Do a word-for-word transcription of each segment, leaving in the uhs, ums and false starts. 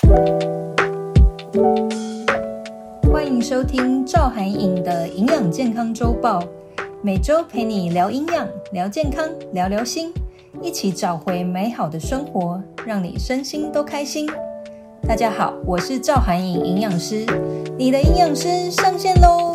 欢迎收听赵函颖的营养健康周报，每周陪你聊营养、聊健康、聊聊心，一起找回美好的生活，让你身心都开心。大家好，我是赵函颖营养师，你的营养师上线咯。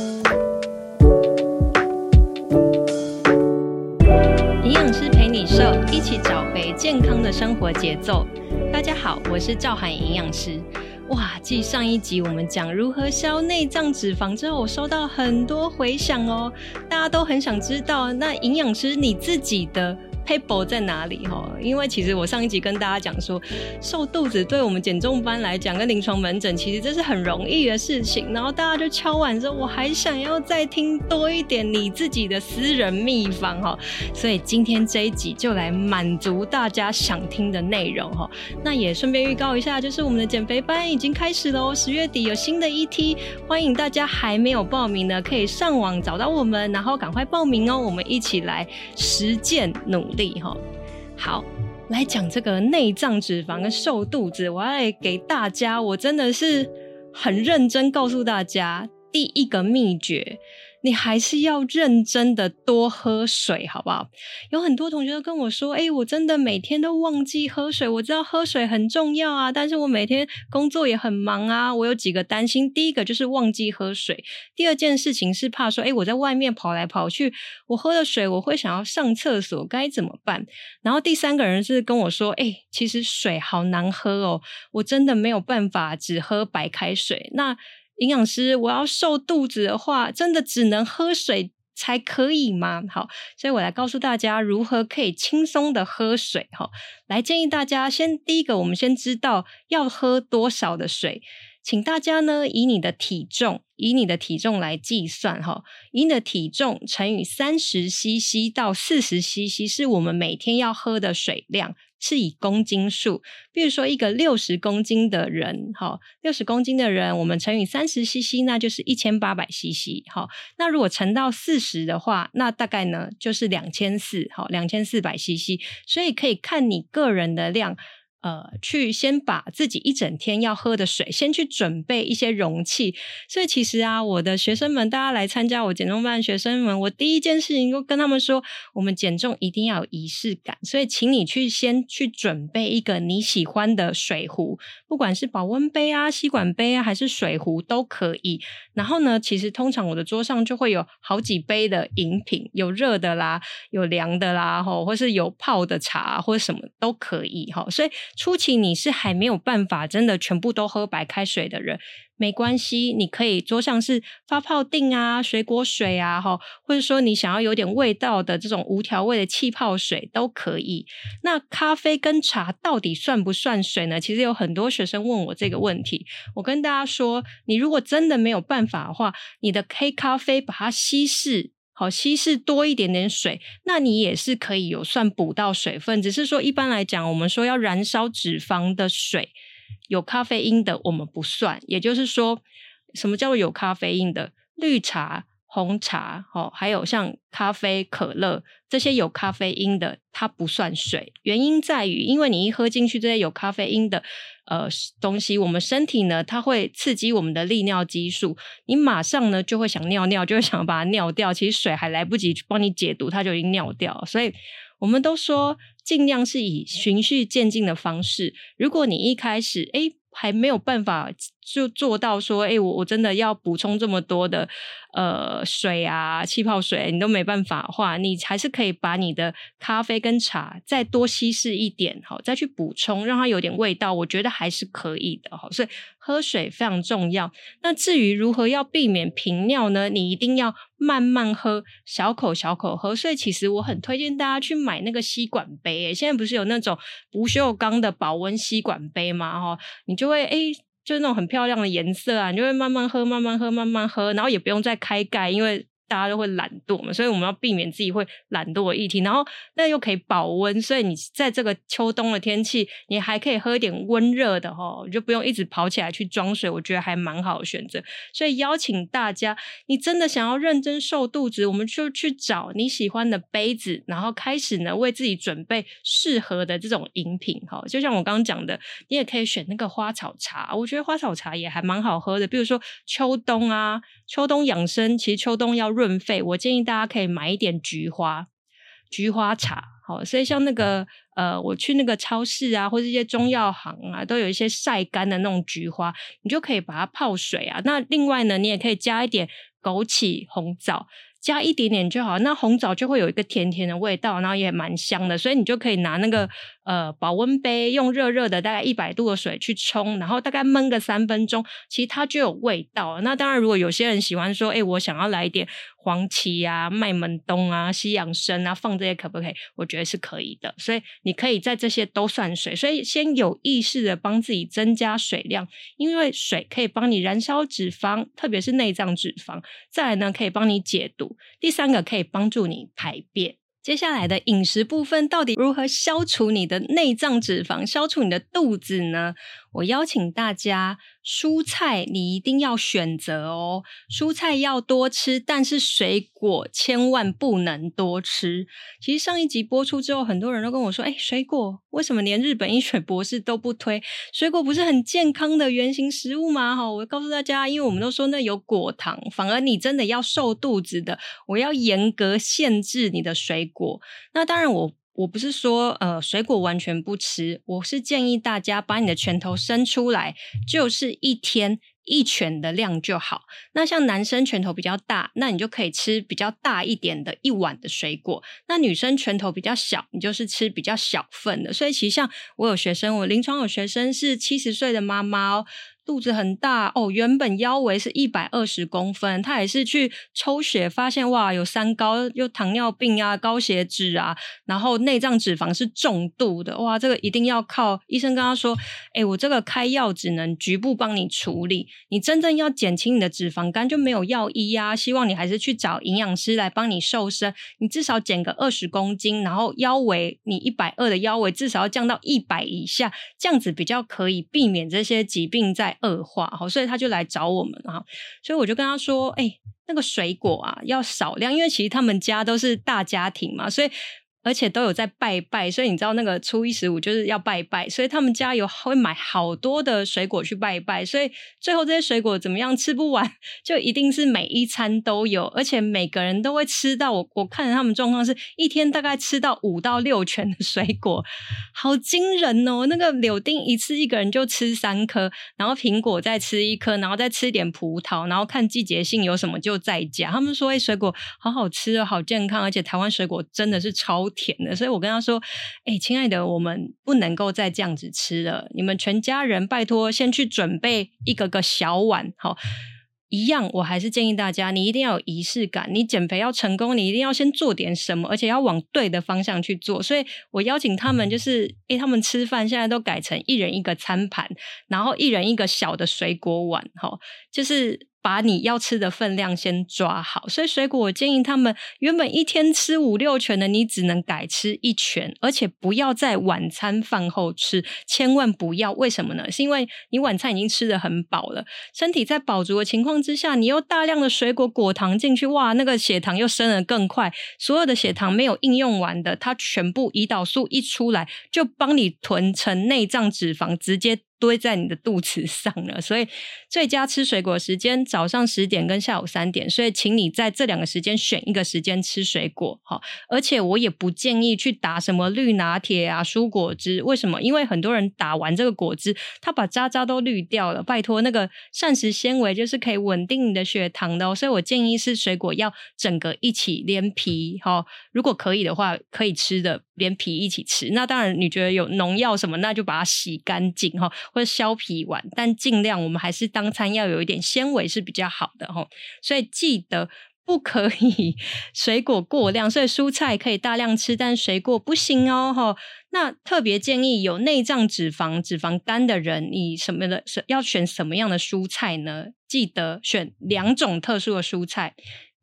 营养师陪你瘦，一起找回健康的生活节奏。大家好，我是赵函颖营养师。哇，继上一集我们讲如何消内脏脂肪之后，我收到很多回响哦，大家都很想知道，那营养师你自己的paper 在哪里？因为其实我上一集跟大家讲说，瘦肚子对我们减重班来讲跟临床门诊其实这是很容易的事情，然后大家就敲碗说我还想要再听多一点你自己的私人秘方，所以今天这一集就来满足大家想听的内容。那也顺便预告一下，就是我们的减肥班已经开始咯，十月底有新的 E T， 欢迎大家还没有报名的可以上网找到我们，然后赶快报名哦，我们一起来实践努力。好，来讲这个内脏脂肪跟瘦肚子，我要来给大家，我真的是很认真告诉大家，第一个秘诀，你还是要认真的多喝水，好不好？有很多同学都跟我说，诶，我真的每天都忘记喝水，我知道喝水很重要啊，但是我每天工作也很忙啊，我有几个担心，第一个就是忘记喝水，第二件事情是怕说，诶，我在外面跑来跑去，我喝了水我会想要上厕所，该怎么办？然后第三个人是跟我说，诶，其实水好难喝哦，我真的没有办法只喝白开水，那营养师，我要瘦肚子的话，真的只能喝水才可以吗？好，所以我来告诉大家如何可以轻松的喝水。来建议大家先，第一个我们先知道要喝多少的水，请大家呢以你的体重以你的体重来计算，以你的体重乘以 三十 C C 到 四十 C C 是我们每天要喝的水量，是以公斤数，比如说一个六十公斤的人，六十公斤的人我们乘以 三十 C C 那就是一千八百 C C， 那如果乘到四十的话，那大概呢就是两千四百 两千四百 C C， 所以可以看你个人的量，呃，去先把自己一整天要喝的水先去准备一些容器。所以其实啊，我的学生们，大家来参加我减重班的学生们，我第一件事情就跟他们说，我们减重一定要有仪式感，所以请你去先去准备一个你喜欢的水壶，不管是保温杯啊、吸管杯啊还是水壶都可以。然后呢，其实通常我的桌上就会有好几杯的饮品，有热的啦，有凉的啦，或是有泡的茶或者什么都可以。所以初期你是还没有办法真的全部都喝白开水的人，没关系，你可以桌上是发泡锭啊、水果水啊，或者说你想要有点味道的这种无调味的气泡水都可以。那咖啡跟茶到底算不算水呢？其实有很多学生问我这个问题，我跟大家说，你如果真的没有办法的话，你的黑咖啡把它稀释好，稀释多一点点水，那你也是可以有算补到水分，只是说一般来讲，我们说要燃烧脂肪的水，有咖啡因的我们不算，也就是说，什么叫做有咖啡因的？绿茶、红茶，哦，还有像咖啡、可乐这些有咖啡因的，它不算水。原因在于，因为你一喝进去这些有咖啡因的呃东西，我们身体呢，它会刺激我们的利尿激素，你马上呢就会想尿尿，就会想把它尿掉。其实水还来不及帮你解毒，它就已经尿掉了。所以我们都说，尽量是以循序渐进的方式。如果你一开始诶还没有办法就做到说，诶我我真的要补充这么多的呃水啊、气泡水，你都没办法的话，你还是可以把你的咖啡跟茶再多稀释一点，好，再去补充，让它有点味道，我觉得还是可以的。好，所以喝水非常重要。那至于如何要避免频尿呢？你一定要慢慢喝，小口小口喝。所以其实我很推荐大家去买那个吸管杯，诶现在不是有那种不锈钢的保温吸管杯吗？你就会诶就是那种很漂亮的颜色啊，你就会慢慢喝慢慢喝慢慢喝，然后也不用再开盖，因为大家都会懒惰嘛，所以我们要避免自己会懒惰的议题，然后那又可以保温，所以你在这个秋冬的天气你还可以喝一点温热的齁，你就不用一直跑起来去装水，我觉得还蛮好的选择。所以邀请大家，你真的想要认真瘦肚子，我们就去找你喜欢的杯子，然后开始呢为自己准备适合的这种饮品齁。就像我刚刚讲的，你也可以选那个花草茶，我觉得花草茶也还蛮好喝的，比如说秋冬啊，秋冬养生，其实秋冬要润肺，我建议大家可以买一点菊花菊花茶。好，所以像那个呃，我去那个超市啊，或者一些中药行啊，都有一些晒干的那种菊花，你就可以把它泡水啊。那另外呢，你也可以加一点枸杞、红枣，加一点点就好。那红枣就会有一个甜甜的味道，然后也蛮香的，所以你就可以拿那个呃保温杯，用热热的大概一百度的水去冲，然后大概焖个三分钟，其实它就有味道。那当然，如果有些人喜欢说，哎、欸，我想要来一点黄芪啊、麦门冬啊、西洋参啊，放这些可不可以？我觉得是可以的。所以你可以在这些都算水，所以先有意识的帮自己增加水量，因为水可以帮你燃烧脂肪，特别是内脏脂肪。再来呢，可以帮你解毒。第三个可以帮助你排便。接下来的饮食部分，到底如何消除你的内脏脂肪，消除你的肚子呢？我邀请大家，蔬菜你一定要选择哦，蔬菜要多吃，但是水果千万不能多吃。其实上一集播出之后，很多人都跟我说，诶，水果为什么连日本医学博士都不推？水果不是很健康的原型食物吗？我告诉大家，因为我们都说那有果糖，反而你真的要瘦肚子的，我要严格限制你的水果。那当然我我不是说呃水果完全不吃，我是建议大家把你的拳头伸出来，就是一天一拳的量就好。那像男生拳头比较大，那你就可以吃比较大一点的一碗的水果。那女生拳头比较小，你就是吃比较小份的。所以其实像我有学生，我临床有学生是七十岁的妈妈哦，肚子很大哦，原本腰围是一百二十公分，她也是去抽血发现哇有三高，有糖尿病啊、高血脂啊，然后内脏脂肪是重度的，哇这个一定要靠医生跟她说，诶我这个开药只能局部帮你处理，你真正要减轻你的脂肪肝就没有药医啊，希望你还是去找营养师来帮你瘦身，你至少减个二十公斤，然后腰围你一百二十的腰围至少要降到一百以下，这样子比较可以避免这些疾病在恶化，所以他就来找我们。所以我就跟他说，哎、欸，那个水果啊要少量，因为其实他们家都是大家庭嘛，所以而且都有在拜拜，所以你知道那个初一十五就是要拜拜，所以他们家有会买好多的水果去拜拜，所以最后这些水果怎么样吃不完，就一定是每一餐都有，而且每个人都会吃到，我我看着他们状况是一天大概吃到五到六拳的水果，好惊人哦。那个柳丁一次一个人就吃三颗，然后苹果再吃一颗，然后再吃一点葡萄，然后看季节性有什么就再加。他们说、欸、水果好好吃哦，好健康，而且台湾水果真的是超甜的，所以我跟他说，哎，亲爱的，我们不能够再这样子吃了，你们全家人拜托先去准备一个个小碗。好，一样我还是建议大家，你一定要有仪式感，你减肥要成功，你一定要先做点什么，而且要往对的方向去做。所以我邀请他们，就是诶他们吃饭现在都改成一人一个餐盘，然后一人一个小的水果碗，就是把你要吃的分量先抓好。所以水果我建议他们原本一天吃五六拳的，你只能改吃一拳，而且不要在晚餐饭后吃，千万不要。为什么呢？是因为你晚餐已经吃得很饱了，身体在饱足的情况之下，你又大量的水果果糖进去，哇那个血糖又升得更快，所有的血糖没有应用完的，它全部胰岛素一出来就帮你囤成内脏脂肪，直接堆在你的肚子上了。所以最佳吃水果时间早上十点跟下午三点，所以请你在这两个时间选一个时间吃水果。而且我也不建议去打什么绿拿铁啊、蔬果汁。为什么？因为很多人打完这个果汁他把渣渣都滤掉了，拜托那个膳食纤维就是可以稳定你的血糖的、哦、所以我建议是水果要整个一起连皮、哦、如果可以的话可以吃的连皮一起吃。那当然你觉得有农药什么，那就把它洗干净、哦、或者削皮完，但尽量我们还是当餐要有一点纤维是比较好的、哦、所以记得不可以水果过量，所以蔬菜可以大量吃，但水果不行哦。哦那特别建议有内脏脂肪、脂肪肝的人，你什么的要选什么样的蔬菜呢？记得选两种特殊的蔬菜。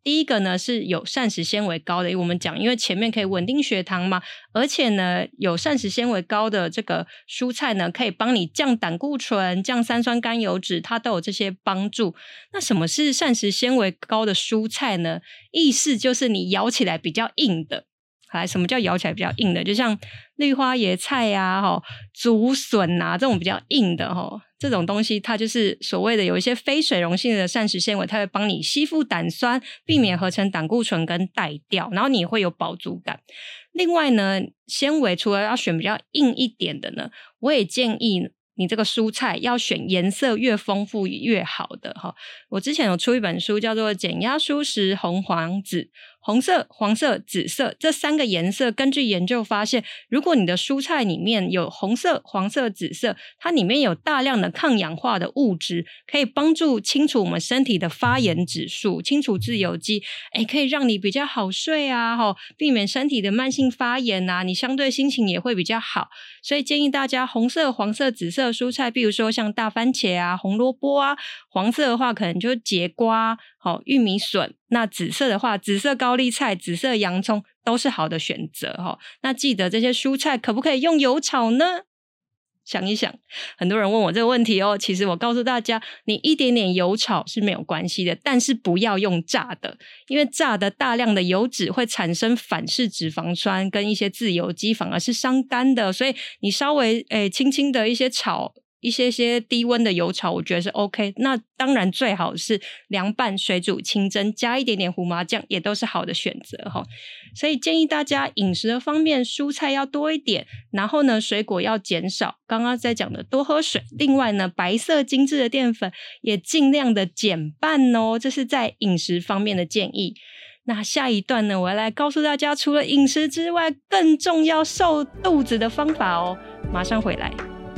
第一个呢是有膳食纤维高的，我们讲因为前面可以稳定血糖嘛，而且呢有膳食纤维高的这个蔬菜呢可以帮你降胆固醇、降三酸甘油脂，它都有这些帮助。那什么是膳食纤维高的蔬菜呢？意思就是你咬起来比较硬的。来，什么叫咬起来比较硬的？就像绿花椰菜啊、齁竹笋啊这种比较硬的齁，这种东西它就是所谓的有一些非水溶性的膳食纤维，它会帮你吸附胆酸，避免合成胆固醇跟带掉，然后你会有饱足感。另外呢，纤维除了要选比较硬一点的呢，我也建议你这个蔬菜要选颜色越丰富越好的齁。我之前有出一本书叫做减压蔬食红黄紫，红色、黄色、紫色这三个颜色，根据研究发现，如果你的蔬菜里面有红色、黄色、紫色，它里面有大量的抗氧化的物质，可以帮助清除我们身体的发炎指数，清除自由基，诶可以让你比较好睡啊，避免身体的慢性发炎啊，你相对心情也会比较好。所以建议大家红色、黄色、紫色的蔬菜，比如说像大番茄啊、红萝卜啊，黄色的话可能就是节瓜、哦、玉米笋，那紫色的话紫色高丽菜、紫色洋葱都是好的选择、哦、那记得这些蔬菜可不可以用油炒呢？想一想，很多人问我这个问题哦，其实我告诉大家，你一点点油炒是没有关系的，但是不要用炸的，因为炸的大量的油脂会产生反式脂肪酸跟一些自由基，反而是伤肝的，所以你稍微诶轻轻的一些炒一些些低温的油炒我觉得是 OK。 那当然最好是凉拌、水煮、清蒸，加一点点胡麻酱也都是好的选择、哦、所以建议大家饮食的方面蔬菜要多一点，然后呢水果要减少，刚刚在讲的多喝水，另外呢白色精致的淀粉也尽量的减半哦，这是在饮食方面的建议。那下一段呢，我要来告诉大家除了饮食之外更重要瘦肚子的方法哦，马上回来。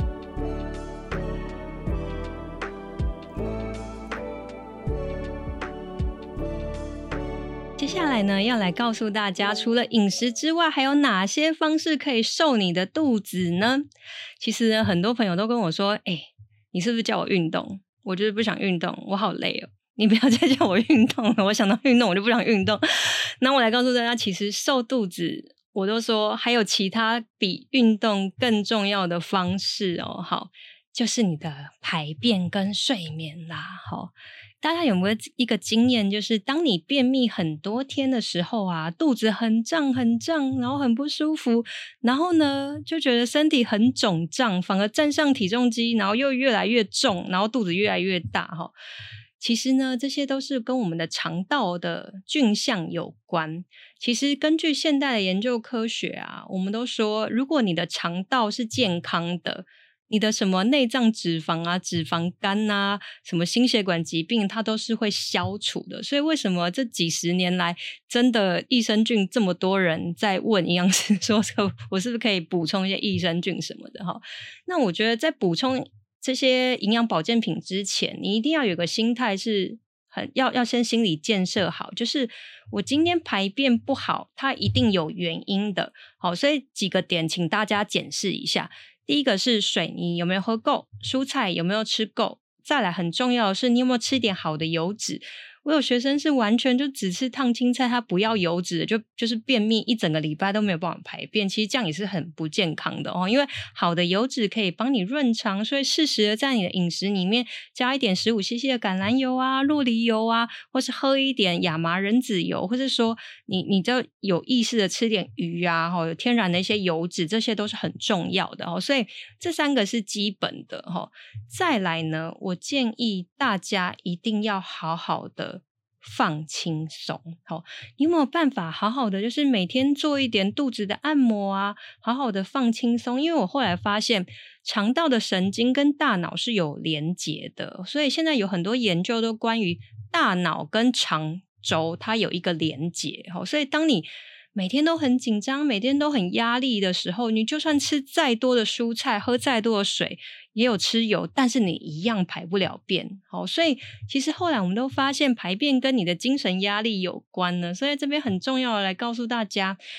接下来呢，要来告诉大家除了饮食之外还有哪些方式可以瘦你的肚子呢？其实呢很多朋友都跟我说，哎，你是不是叫我运动？我就是不想运动，我好累哦，你不要再叫我运动了，我想到运动我就不想运动。那我来告诉大家，其实瘦肚子我都说还有其他比运动更重要的方式哦。好，就是你的排便跟睡眠啦。好，大家有没有一个经验，就是当你便秘很多天的时候啊，肚子很胀很胀，然后很不舒服，然后呢就觉得身体很肿胀，反而站上体重机然后又越来越重，然后肚子越来越大。其实呢这些都是跟我们的肠道的菌相有关。其实根据现代的研究科学啊，我们都说如果你的肠道是健康的，你的什么内脏脂肪啊、脂肪肝啊、什么心血管疾病它都是会消除的。所以为什么这几十年来真的益生菌这么多人在问营养师说我是不是可以补充一些益生菌什么的。那我觉得在补充这些营养保健品之前，你一定要有个心态是很要要先心理建设好，就是我今天排便不好它一定有原因的。好，所以几个点请大家检视一下。第一个是水你有没有喝够，蔬菜有没有吃够，再来很重要的是你有没有吃一点好的油脂。我有学生是完全就只吃烫青菜，他不要油脂的，就就是便秘一整个礼拜都没有办法排便，其实这样也是很不健康的哦。因为好的油脂可以帮你润肠，所以适时的在你的饮食里面加一点 十五 C C 的橄榄油啊、酪梨油啊，或是喝一点亚麻仁籽油，或是说你你就有意识的吃点鱼啊，有天然的一些油脂，这些都是很重要的哦。所以这三个是基本的哦。再来呢，我建议大家一定要好好的放轻松。好，你有没有办法好好的就是每天做一点肚子的按摩啊，好好的放轻松。因为我后来发现肠道的神经跟大脑是有连结的，所以现在有很多研究都关于大脑跟肠轴它有一个连结。所以当你每天都很紧张，每天都很压力的时候，你就算吃再多的蔬菜，喝再多的水，也有吃油，但是你一样排不了便。好，所以其实后来我们都发现排便跟你的精神压力有关呢。所以这边很重要的来告诉大家，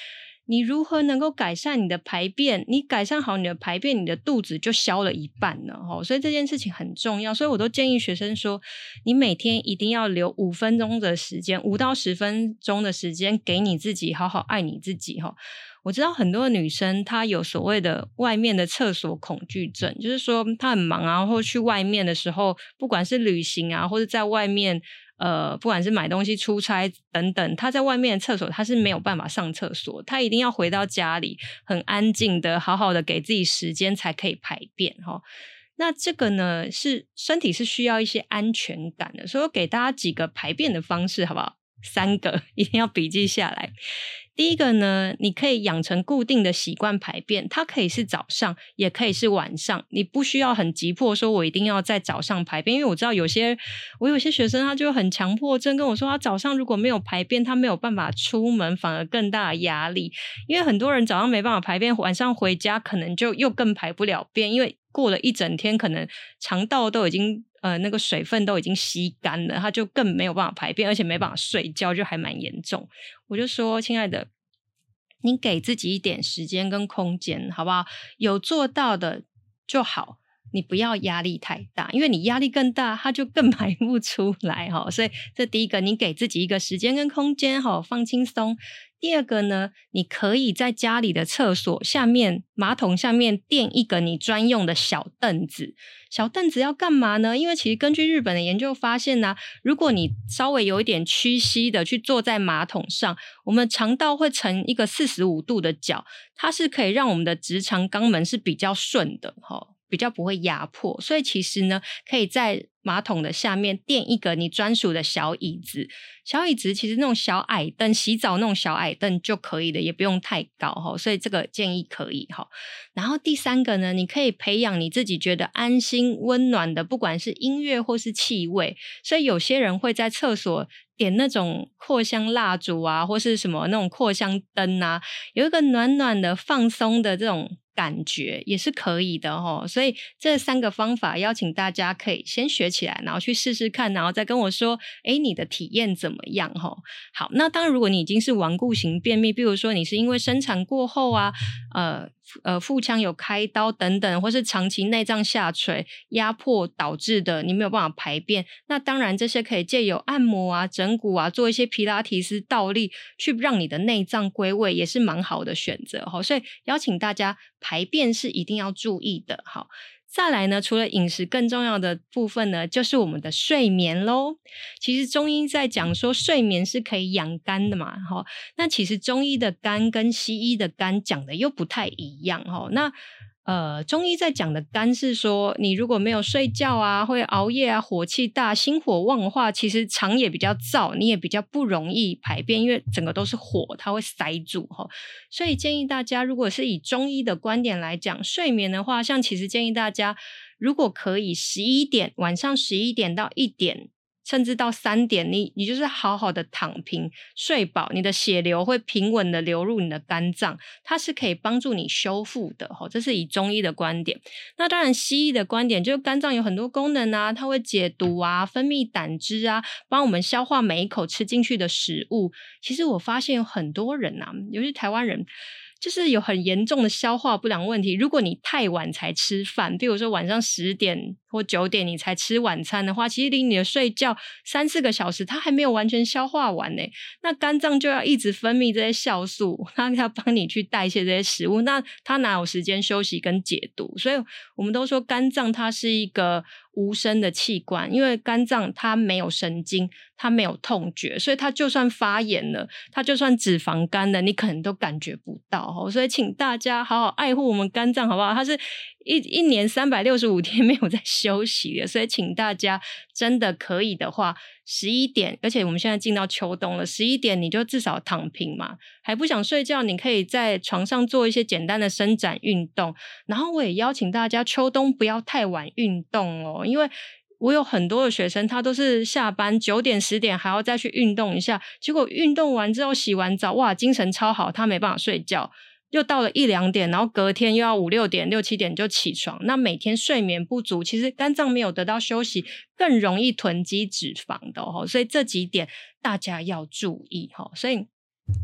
你如何能够改善你的排便？你改善好你的排便，你的肚子就消了一半了齁。所以这件事情很重要，所以我都建议学生说，你每天一定要留五分钟的时间，五到十分钟的时间给你自己，好好爱你自己齁。我知道很多的女生她有所谓的外面的厕所恐惧症，就是说她很忙啊，或去外面的时候，不管是旅行啊，或者在外面呃，不管是买东西出差等等，她在外面的厕所她是没有办法上厕所，她一定要回到家里很安静的好好的给自己时间才可以排便齁。那这个呢是身体是需要一些安全感的，所以我给大家几个排便的方式好不好？三个一定要笔记下来。第一个呢，你可以养成固定的习惯排便，它可以是早上也可以是晚上，你不需要很急迫说我一定要在早上排便，因为我知道有些我有些学生他就很强迫症跟我说，他早上如果没有排便他没有办法出门，反而更大的压力。因为很多人早上没办法排便，晚上回家可能就又更排不了便，因为过了一整天可能肠道都已经呃那个水分都已经吸干了，他就更没有办法排便，而且没办法睡觉，就还蛮严重。我就说亲爱的，你给自己一点时间跟空间好不好？有做到的就好，你不要压力太大，因为你压力更大它就更排不出来齁。所以这第一个，你给自己一个时间跟空间齁，放轻松。第二个呢，你可以在家里的厕所下面马桶下面垫一个你专用的小凳子。小凳子要干嘛呢？因为其实根据日本的研究发现啊，如果你稍微有一点屈膝的去坐在马桶上，我们肠道会呈一个四十五度的角，它是可以让我们的直肠肛门是比较顺的齁，比较不会压迫。所以其实呢，可以在马桶的下面垫一个你专属的小椅子，小椅子其实那种小矮凳，洗澡那种小矮凳就可以的，也不用太高齁，所以这个建议可以齁。然后第三个呢，你可以培养你自己觉得安心温暖的，不管是音乐或是气味。所以有些人会在厕所点那种扩香蜡烛啊，或是什么那种扩香灯啊，有一个暖暖的放松的这种感觉也是可以的齁。所以这三个方法邀请大家可以先学起来，然后去试试看，然后再跟我说诶你的体验怎么样齁。好，那当然如果你已经是顽固型便秘，比如说你是因为生产过后啊呃呃腹腔有开刀等等，或是长期内脏下垂压迫导致的你没有办法排便，那当然这些可以借由按摩啊整骨啊，做一些皮拉提斯倒立去让你的内脏归位，也是蛮好的选择齁。所以邀请大家排便是一定要注意的。好，再来呢，除了饮食更重要的部分呢，就是我们的睡眠咯。其实中医在讲说睡眠是可以养肝的嘛齁，那其实中医的肝跟西医的肝讲的又不太一样齁。那呃，中医在讲的肝是说你如果没有睡觉啊，会熬夜啊，火气大，心火旺的话，其实肠也比较燥，你也比较不容易排便，因为整个都是火，它会塞住齁。所以建议大家如果是以中医的观点来讲睡眠的话，像其实建议大家如果可以十一点晚上十一点到一点甚至到三点，你你就是好好的躺平睡饱，你的血流会平稳的流入你的肝脏，它是可以帮助你修复的齁。这是以中医的观点。那当然西医的观点就是肝脏有很多功能啊，它会解毒啊，分泌胆汁啊，帮我们消化每一口吃进去的食物。其实我发现有很多人啊，尤其台湾人就是有很严重的消化不良问题。如果你太晚才吃饭，比如说晚上十点或九点你才吃晚餐的话，其实离你的睡觉三四个小时它还没有完全消化完耶，那肝脏就要一直分泌这些酵素，它要帮你去代谢这些食物，那它哪有时间休息跟解毒。所以我们都说肝脏它是一个无声的器官，因为肝脏它没有神经，它没有痛觉，所以它就算发炎了，它就算脂肪肝了，你可能都感觉不到。所以请大家好好爱护我们肝脏好不好？它是一一年三百六十五天没有在休息的，所以请大家真的可以的话十一点，而且我们现在进到秋冬了，十一点你就至少躺平嘛，还不想睡觉，你可以在床上做一些简单的伸展运动。然后我也邀请大家秋冬不要太晚运动哦，因为我有很多的学生他都是下班九点十点还要再去运动一下，结果运动完之后洗完澡哇精神超好，他没办法睡觉，又到了一两点，然后隔天又要五六点六七点就起床，那每天睡眠不足，其实肝脏没有得到休息，更容易囤积脂肪的哦。所以这几点大家要注意哦。所以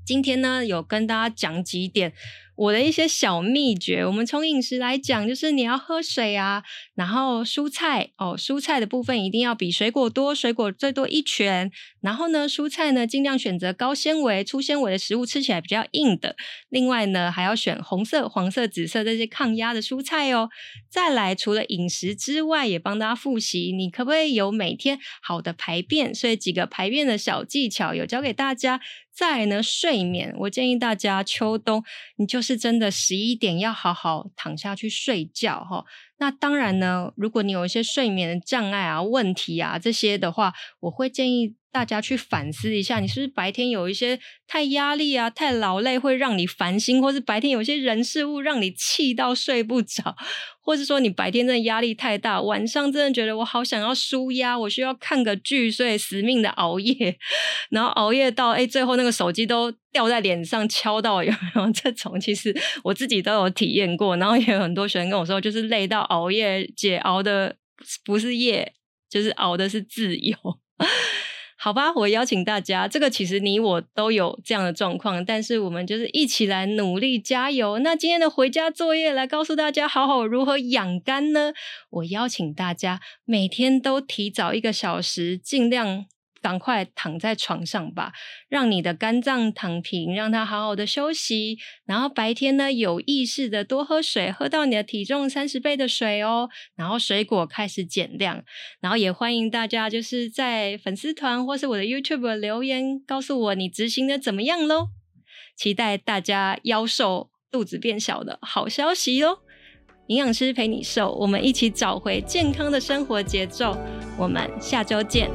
今天呢有跟大家讲几点我的一些小秘诀。我们从饮食来讲，就是你要喝水啊，然后蔬菜哦，蔬菜的部分一定要比水果多，水果最多一拳。然后呢，蔬菜呢尽量选择高纤维、粗纤维的食物，吃起来比较硬的。另外呢，还要选红色、黄色、紫色这些抗压的蔬菜哦。再来，除了饮食之外，也帮大家复习，你可不可以有每天好的排便？所以几个排便的小技巧有教给大家。再来呢，睡眠，我建议大家秋冬你就是真的十一点要好好躺下去睡觉齁。那当然呢，如果你有一些睡眠的障碍啊、问题啊这些的话，我会建议大家去反思一下，你是不是白天有一些太压力啊、太劳累会让你烦心，或是白天有一些人事物让你气到睡不着，或是说你白天真的压力太大，晚上真的觉得我好想要抒压，我需要看个剧，所以死命的熬夜，然后熬夜到诶最后那个手机都掉在脸上敲到，有没有这种？其实我自己都有体验过，然后也有很多学生跟我说，就是累到熬夜，姐熬的不是夜，就是熬的是自由。好吧，我邀请大家，这个其实你我都有这样的状况，但是我们就是一起来努力加油。那今天的回家作业来告诉大家好好如何养肝呢？我邀请大家每天都提早一个小时，尽量赶快躺在床上吧，让你的肝脏躺平，让它好好的休息。然后白天呢，有意识的多喝水，喝到你的体重三十倍的水哦。然后水果开始减量，然后也欢迎大家就是在粉丝团或是我的 YouTube 留言，告诉我你执行的怎么样咯。期待大家腰瘦肚子变小的好消息哦。营养师陪你瘦，我们一起找回健康的生活节奏。我们下周见。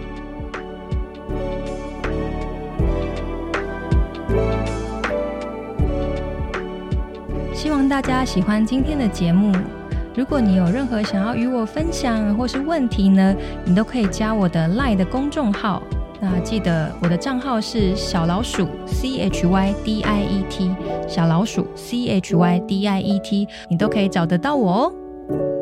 希望大家喜欢今天的节目。如果你有任何想要与我分享或是问题呢，你都可以加我的 LINE 的公众号。那记得我的账号是小老鼠 C H Y D I E T， 小老鼠 C H Y D I E T， 你都可以找得到我哦。